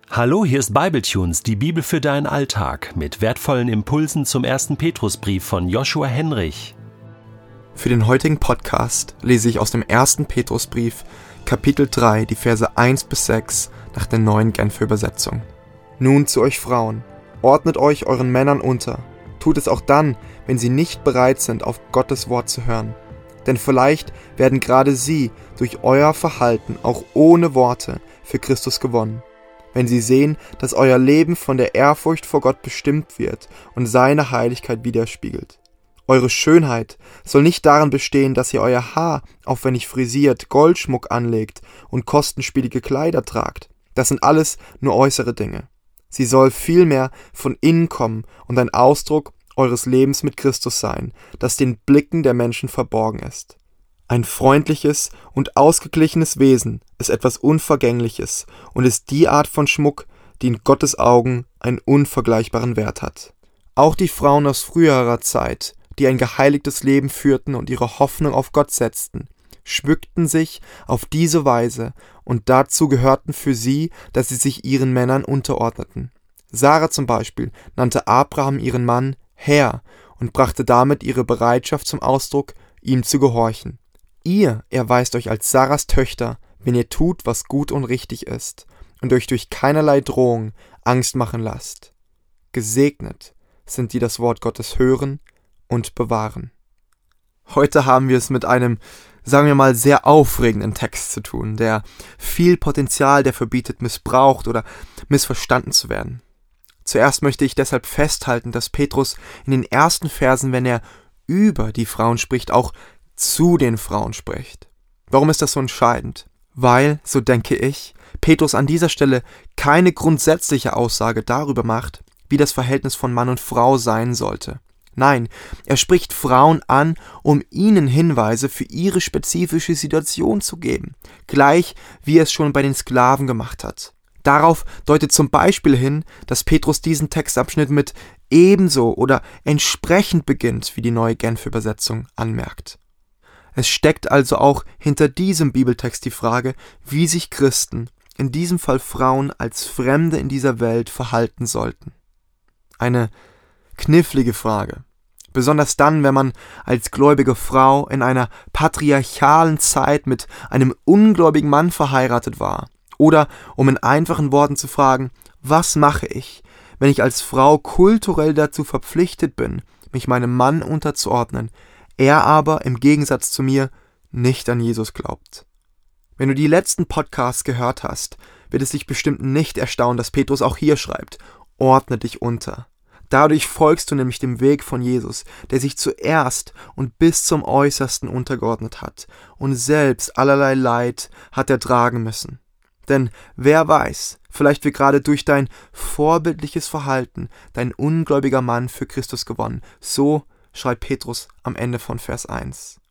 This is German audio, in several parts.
Hallo, hier ist Bibletunes, die Bibel für deinen Alltag, mit wertvollen Impulsen zum 1. Petrusbrief von Joshua Henrich. Für den heutigen Podcast lese ich aus dem 1. Petrusbrief, Kapitel 3, die Verse 1-6 nach der neuen Genfer Übersetzung. Nun zu euch Frauen, ordnet euch euren Männern unter. Tut es auch dann, wenn sie nicht bereit sind, auf Gottes Wort zu hören. Denn vielleicht werden gerade sie durch euer Verhalten auch ohne Worte für Christus gewonnen. Wenn sie sehen, dass euer Leben von der Ehrfurcht vor Gott bestimmt wird und seine Heiligkeit widerspiegelt. Eure Schönheit soll nicht darin bestehen, dass ihr euer Haar aufwendig frisiert, Goldschmuck anlegt und kostenspielige Kleider tragt. Das sind alles nur äußere Dinge. Sie soll vielmehr von innen kommen und ein Ausdruck eures Lebens mit Christus sein, das den Blicken der Menschen verborgen ist. Ein freundliches und ausgeglichenes Wesen ist etwas Unvergängliches und ist die Art von Schmuck, die in Gottes Augen einen unvergleichbaren Wert hat. Auch die Frauen aus früherer Zeit, die ein geheiligtes Leben führten und ihre Hoffnung auf Gott setzten, schmückten sich auf diese Weise und dazu gehörten für sie, dass sie sich ihren Männern unterordneten. Sarah zum Beispiel nannte Abraham ihren Mann Herr und brachte damit ihre Bereitschaft zum Ausdruck, ihm zu gehorchen. Ihr erweist euch als Sarahs Töchter, wenn ihr tut, was gut und richtig ist und euch durch keinerlei Drohung Angst machen lasst. Gesegnet sind die das Wort Gottes hören und bewahren. Heute haben wir es mit einem, sagen wir mal, sehr aufregenden Text zu tun, der viel Potenzial dafür bietet, missbraucht oder missverstanden zu werden. Zuerst möchte ich deshalb festhalten, dass Petrus in den ersten Versen, wenn er über die Frauen spricht, auch zu den Frauen spricht. Warum ist das so entscheidend? Weil, so denke ich, Petrus an dieser Stelle keine grundsätzliche Aussage darüber macht, wie das Verhältnis von Mann und Frau sein sollte. Nein, er spricht Frauen an, um ihnen Hinweise für ihre spezifische Situation zu geben, gleich wie er es schon bei den Sklaven gemacht hat. Darauf deutet zum Beispiel hin, dass Petrus diesen Textabschnitt mit ebenso oder entsprechend beginnt, wie die neue Genfer Übersetzung anmerkt. Es steckt also auch hinter diesem Bibeltext die Frage, wie sich Christen, in diesem Fall Frauen, als Fremde in dieser Welt verhalten sollten. Eine knifflige Frage. Besonders dann, wenn man als gläubige Frau in einer patriarchalen Zeit mit einem ungläubigen Mann verheiratet war. Oder, um in einfachen Worten zu fragen, was mache ich, wenn ich als Frau kulturell dazu verpflichtet bin, mich meinem Mann unterzuordnen, er aber im Gegensatz zu mir nicht an Jesus glaubt. Wenn du die letzten Podcasts gehört hast, wird es dich bestimmt nicht erstaunen, dass Petrus auch hier schreibt, ordne dich unter. Dadurch folgst du nämlich dem Weg von Jesus, der sich zuerst und bis zum Äußersten untergeordnet hat und selbst allerlei Leid hat ertragen müssen. Denn wer weiß, vielleicht wird gerade durch dein vorbildliches Verhalten dein ungläubiger Mann für Christus gewonnen. So schreibt Petrus am Ende von Vers 1.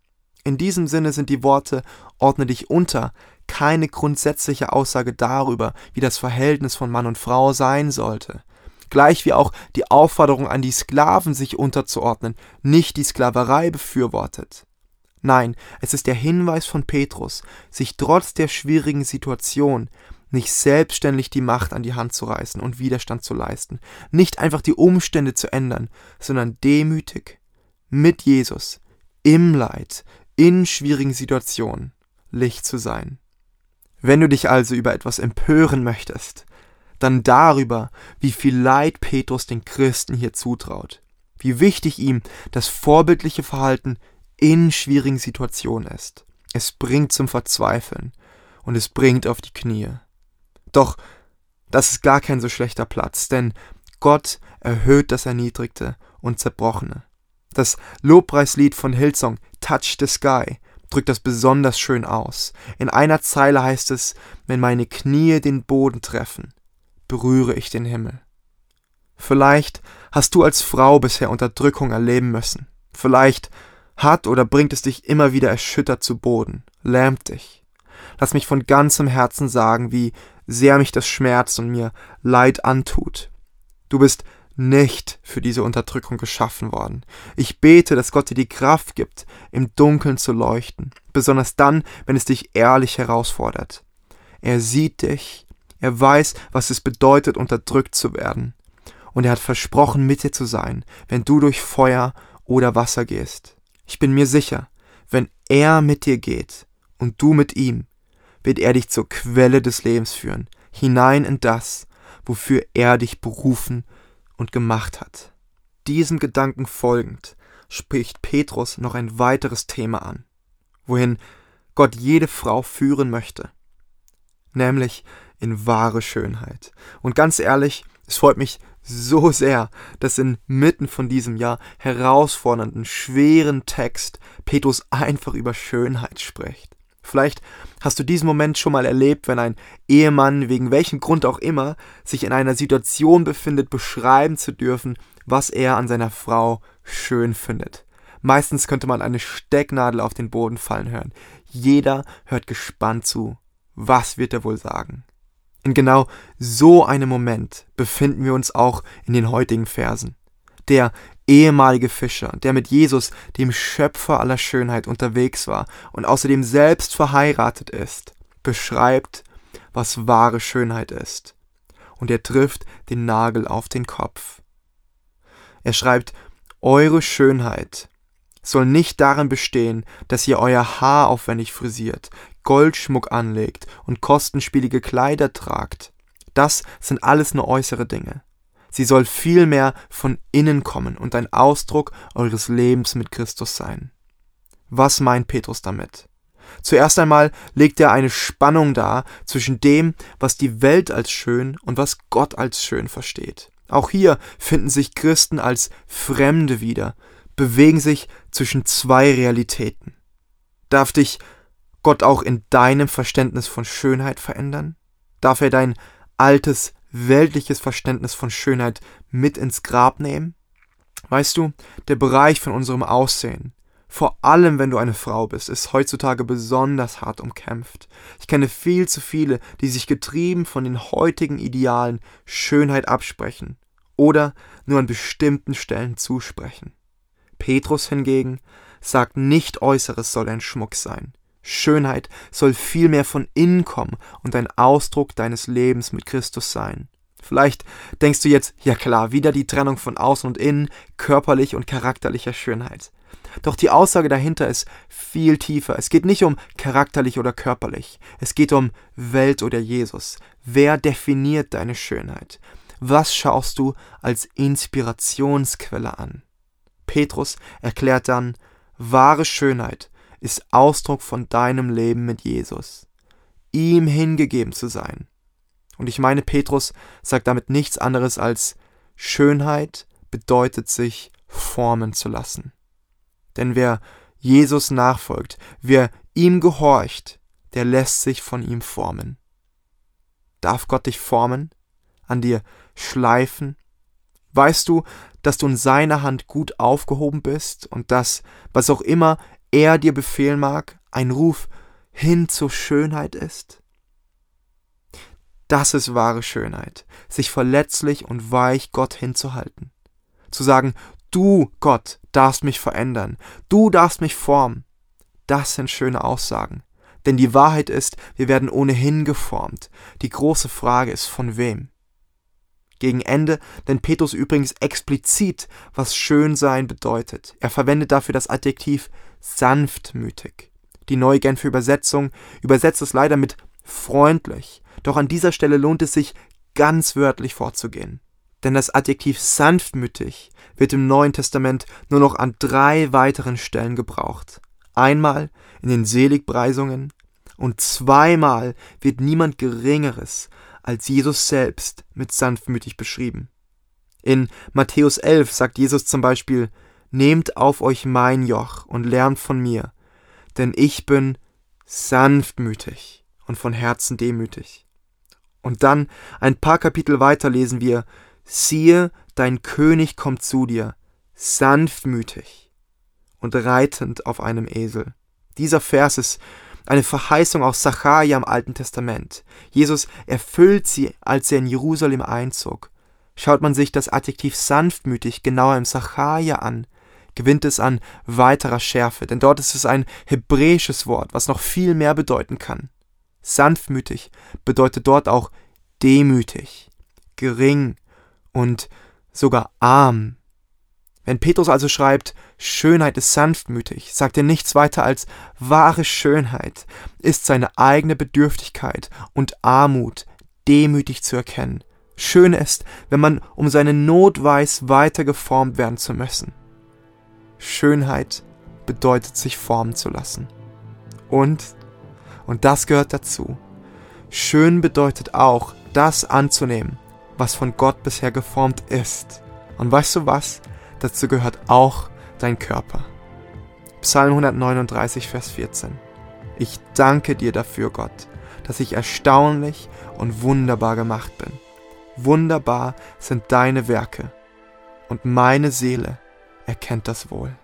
In diesem Sinne sind die Worte ordne dich unter keine grundsätzliche Aussage darüber, wie das Verhältnis von Mann und Frau sein sollte. Gleich wie auch die Aufforderung an die Sklaven, sich unterzuordnen, nicht die Sklaverei befürwortet. Nein, es ist der Hinweis von Petrus, sich trotz der schwierigen Situation nicht selbstständig die Macht an die Hand zu reißen und Widerstand zu leisten, nicht einfach die Umstände zu ändern, sondern demütig, mit Jesus, im Leid, in schwierigen Situationen, Licht zu sein. Wenn du dich also über etwas empören möchtest, dann darüber, wie viel Leid Petrus den Christen hier zutraut, wie wichtig ihm das vorbildliche Verhalten in schwierigen Situationen ist. Es bringt zum Verzweifeln und es bringt auf die Knie. Doch das ist gar kein so schlechter Platz, denn Gott erhöht das Erniedrigte und Zerbrochene. Das Lobpreislied von Hillsong, Touch the Sky, drückt das besonders schön aus. In einer Zeile heißt es, wenn meine Knie den Boden treffen, berühre ich den Himmel. Vielleicht hast du als Frau bisher Unterdrückung erleben müssen. Vielleicht hat oder bringt es dich immer wieder erschüttert zu Boden, lähmt dich. Lass mich von ganzem Herzen sagen, wie sehr mich das schmerzt und mir Leid antut. Du bist nicht für diese Unterdrückung geschaffen worden. Ich bete, dass Gott dir die Kraft gibt, im Dunkeln zu leuchten, besonders dann, wenn es dich ehrlich herausfordert. Er sieht dich, Er weiß, was es bedeutet, unterdrückt zu werden. Und er hat versprochen, mit dir zu sein, wenn du durch Feuer oder Wasser gehst. Ich bin mir sicher, wenn er mit dir geht und du mit ihm, wird er dich zur Quelle des Lebens führen, hinein in das, wofür er dich berufen und gemacht hat. Diesem Gedanken folgend spricht Petrus noch ein weiteres Thema an, wohin Gott jede Frau führen möchte, nämlich in wahre Schönheit. Und ganz ehrlich, es freut mich so sehr, dass inmitten von diesem herausfordernden, schweren Text Petrus einfach über Schönheit spricht. Vielleicht hast du diesen Moment schon mal erlebt, wenn ein Ehemann, wegen welchem Grund auch immer, sich in einer Situation befindet, beschreiben zu dürfen, was er an seiner Frau schön findet. Meistens könnte man eine Stecknadel auf den Boden fallen hören. Jeder hört gespannt zu. Was wird er wohl sagen? In genau so einem Moment befinden wir uns auch in den heutigen Versen. Der ehemalige Fischer, der mit Jesus, dem Schöpfer aller Schönheit, unterwegs war und außerdem selbst verheiratet ist, beschreibt, was wahre Schönheit ist. Und er trifft den Nagel auf den Kopf. Er schreibt, eure Schönheit soll nicht darin bestehen, dass ihr euer Haar aufwendig frisiert, Goldschmuck anlegt und kostenspielige Kleider tragt. Das sind alles nur äußere Dinge. Sie soll vielmehr von innen kommen und ein Ausdruck eures Lebens mit Christus sein. Was meint Petrus damit? Zuerst einmal legt er eine Spannung dar zwischen dem, was die Welt als schön und was Gott als schön versteht. Auch hier finden sich Christen als Fremde wieder, bewegen sich zwischen zwei Realitäten. Darf dich Gott auch in deinem Verständnis von Schönheit verändern? Darf er dein altes, weltliches Verständnis von Schönheit mit ins Grab nehmen? Weißt du, der Bereich von unserem Aussehen, vor allem wenn du eine Frau bist, ist heutzutage besonders hart umkämpft. Ich kenne viel zu viele, die sich getrieben von den heutigen Idealen Schönheit absprechen oder nur an bestimmten Stellen zusprechen. Petrus hingegen sagt, nicht Äußeres soll ein Schmuck sein. Schönheit soll vielmehr von innen kommen und ein Ausdruck deines Lebens mit Christus sein. Vielleicht denkst du jetzt, ja klar, wieder die Trennung von Außen und Innen, körperlich und charakterlicher Schönheit. Doch die Aussage dahinter ist viel tiefer. Es geht nicht um charakterlich oder körperlich. Es geht um Welt oder Jesus. Wer definiert deine Schönheit? Was schaust du als Inspirationsquelle an? Petrus erklärt dann, wahre Schönheit ist Ausdruck von deinem Leben mit Jesus, ihm hingegeben zu sein. Und ich meine, Petrus sagt damit nichts anderes als, Schönheit bedeutet sich formen zu lassen. Denn wer Jesus nachfolgt, wer ihm gehorcht, der lässt sich von ihm formen. Darf Gott dich formen, an dir schleifen? Weißt du, dass du in seiner Hand gut aufgehoben bist und dass, was auch immer er dir befehlen mag, ein Ruf hin zur Schönheit ist? Das ist wahre Schönheit, sich verletzlich und weich Gott hinzuhalten. Zu sagen, du, Gott, darfst mich verändern, du darfst mich formen. Das sind schöne Aussagen. Denn die Wahrheit ist, wir werden ohnehin geformt. Die große Frage ist, von wem? Gegen Ende nennt Petrus übrigens explizit, was Schönsein bedeutet. Er verwendet dafür das Adjektiv sanftmütig. Die Neue Genfer Übersetzung übersetzt es leider mit freundlich. Doch an dieser Stelle lohnt es sich, ganz wörtlich vorzugehen. Denn das Adjektiv sanftmütig wird im Neuen Testament nur noch an 3 weiteren Stellen gebraucht. Einmal in den Seligpreisungen und 2-mal wird niemand Geringeres als Jesus selbst mit sanftmütig beschrieben. In Matthäus 11 sagt Jesus zum Beispiel, nehmt auf euch mein Joch und lernt von mir, denn ich bin sanftmütig und von Herzen demütig. Und dann, ein paar Kapitel weiter lesen wir, siehe, dein König kommt zu dir, sanftmütig und reitend auf einem Esel. Dieser Vers ist eine Verheißung aus Sacharja im Alten Testament. Jesus erfüllt sie, als er in Jerusalem einzog. Schaut man sich das Adjektiv sanftmütig genauer im Sacharja an, gewinnt es an weiterer Schärfe, denn dort ist es ein hebräisches Wort, was noch viel mehr bedeuten kann. Sanftmütig bedeutet dort auch demütig, gering und sogar arm. Wenn Petrus also schreibt, Schönheit ist sanftmütig, sagt er nichts weiter als wahre Schönheit ist seine eigene Bedürftigkeit und Armut demütig zu erkennen. Schön ist, wenn man um seine Not weiß, weiter geformt werden zu müssen. Schönheit bedeutet, sich formen zu lassen. Und das gehört dazu, schön bedeutet auch, das anzunehmen, was von Gott bisher geformt ist. Und weißt du was? Dazu gehört auch dein Körper. Psalm 139, Vers 14. Ich danke dir dafür, Gott, dass ich erstaunlich und wunderbar gemacht bin. Wunderbar sind deine Werke, und meine Seele erkennt das wohl.